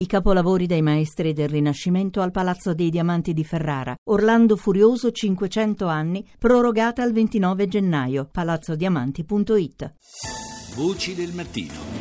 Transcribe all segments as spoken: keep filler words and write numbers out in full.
I capolavori dei maestri del Rinascimento al Palazzo dei Diamanti di Ferrara. Orlando Furioso cinquecento anni, prorogata al ventinove gennaio. palazzodiamanti punto it. Voci del mattino.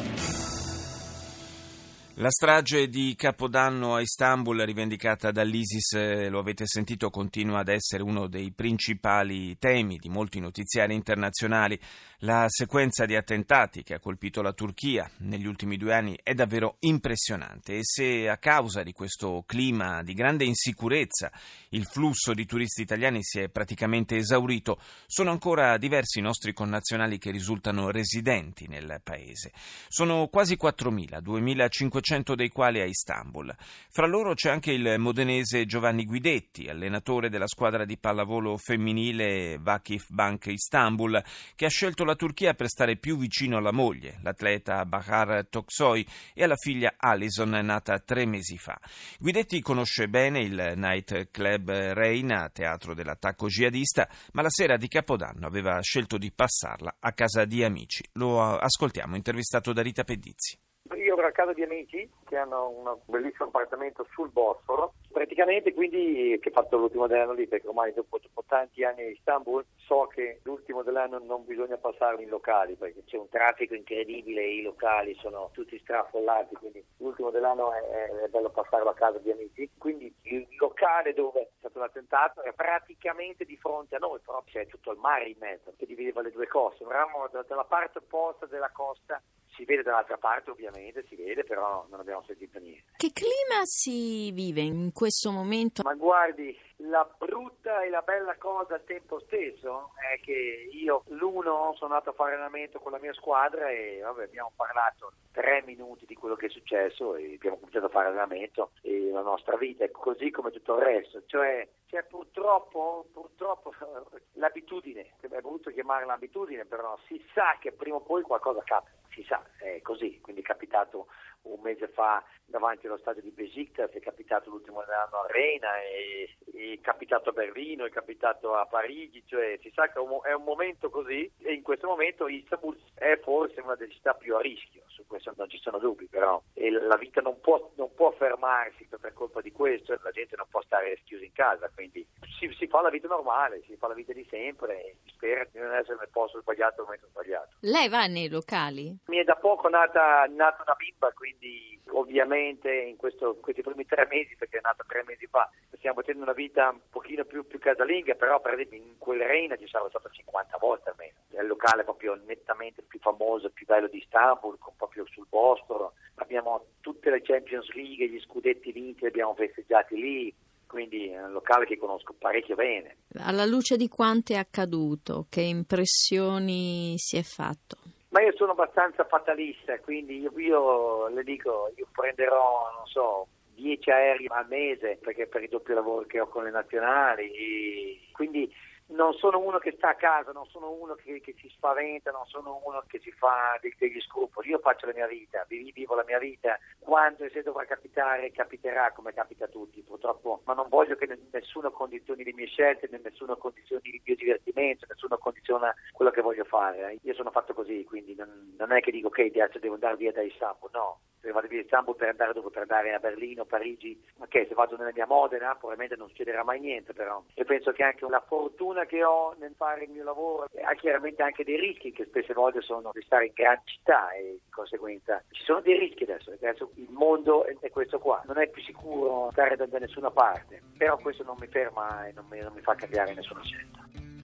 La strage di Capodanno a Istanbul, rivendicata dall'ISIS, lo avete sentito, continua ad essere uno dei principali temi di molti notiziari internazionali. La sequenza di attentati che ha colpito la Turchia negli ultimi due anni è davvero impressionante, e se a causa di questo clima di grande insicurezza il flusso di turisti italiani si è praticamente esaurito, sono ancora diversi i nostri connazionali che risultano residenti nel paese. Sono quasi quattromila, duemilacinquecento dei quali a Istanbul. Fra loro c'è anche il modenese Giovanni Guidetti, allenatore della squadra di pallavolo femminile Vakif Bank Istanbul, che ha scelto la Turchia per stare più vicino alla moglie, l'atleta Bahar Toksoy, e alla figlia Alison, nata tre mesi fa. Guidetti conosce bene il night club Reina, teatro dell'attacco jihadista, ma la sera di Capodanno aveva scelto di passarla a casa di amici. Lo ascoltiamo, intervistato da Rita Pedizzi. Io ero a casa di amici che hanno un bellissimo appartamento sul Bosforo, praticamente, quindi, che ho fatto l'ultimo dell'anno lì, perché ormai dopo, dopo tanti anni a Istanbul so che l'ultimo dell'anno non bisogna passarlo in locali, perché c'è un traffico incredibile e i locali sono tutti straffollati, quindi l'ultimo dell'anno è, è bello passarlo a casa di amici. Quindi il locale dove è stato l'attentato è praticamente di fronte a noi, però c'è tutto il mare in mezzo che divideva le due coste. Eravamo dalla parte opposta della costa. Si vede dall'altra parte, ovviamente, si vede, però non abbiamo sentito niente. Che clima si vive in questo momento? Ma guardi, la brutta e la bella cosa al tempo stesso è che io, l'uno, sono andato a fare allenamento con la mia squadra e vabbè, abbiamo parlato tre minuti di quello che è successo e abbiamo cominciato a fare allenamento, e la nostra vita è così come tutto il resto, cioè c'è purtroppo, purtroppo l'abitudine, è brutto chiamarla abitudine, però si sa che prima o poi qualcosa capita. Si sa, è così, quindi è capitato un mese fa davanti allo stadio di Besiktas, è capitato l'ultimo anno a Reina, è, è capitato a Berlino, è capitato a Parigi, cioè si sa che è un momento così, e in questo momento Istanbul è forse una delle città più a rischio, su questo non ci sono dubbi, però e la vita non può, non può fermarsi per colpa di questo, la gente non può stare chiusa in casa, quindi si, si fa la vita normale, si fa la vita di sempre e si spera di non essere nel posto sbagliato al momento sbagliato. Lei va nei locali? Mi è da poco nata, nata una bimba, quindi ovviamente in questo, questi primi tre mesi, perché è nata tre mesi fa, stiamo facendo una vita un pochino più, più casalinga, però per esempio in quel Reina ci sarò stato cinquanta volte almeno. È il locale proprio nettamente più famoso e più bello di Istanbul, con proprio sul Bosforo. Abbiamo tutte le Champions League, gli scudetti vinti li abbiamo festeggiati lì, quindi è un locale che conosco parecchio bene. Alla luce di quanto è accaduto, che impressioni si è fatto? Ma io sono abbastanza fatalista, quindi io, io le dico, io prenderò, non so, dieci aerei al mese, perché per il doppio lavoro che ho con le nazionali, e quindi non sono uno che sta a casa, non sono uno che, che si spaventa, non sono uno che si fa dei, degli scrupoli. Io faccio la mia vita, vivo la mia vita, quando e se dovrà capitare, capiterà come capita a tutti, purtroppo, ma non voglio che nessuno condizioni le mie scelte, nessuno condizioni il mio divertimento, nessuno condiziona quello che voglio fare. Io sono fatto così, quindi non, non è che dico ok, adesso devo andare via da Istanbul, no. Se vado via da Istanbul per andare dove, per andare a Berlino, Parigi, ok, se vado nella mia Modena probabilmente non succederà mai niente, però io penso che anche la fortuna che ho nel fare il mio lavoro ha chiaramente anche dei rischi, che spesse volte sono di stare in grandi città, e di conseguenza ci sono dei rischi adesso, adesso il mondo è questo qua, non è più sicuro stare da, da nessuna parte, però questo non mi ferma e non mi, non mi fa cambiare nessuna scelta.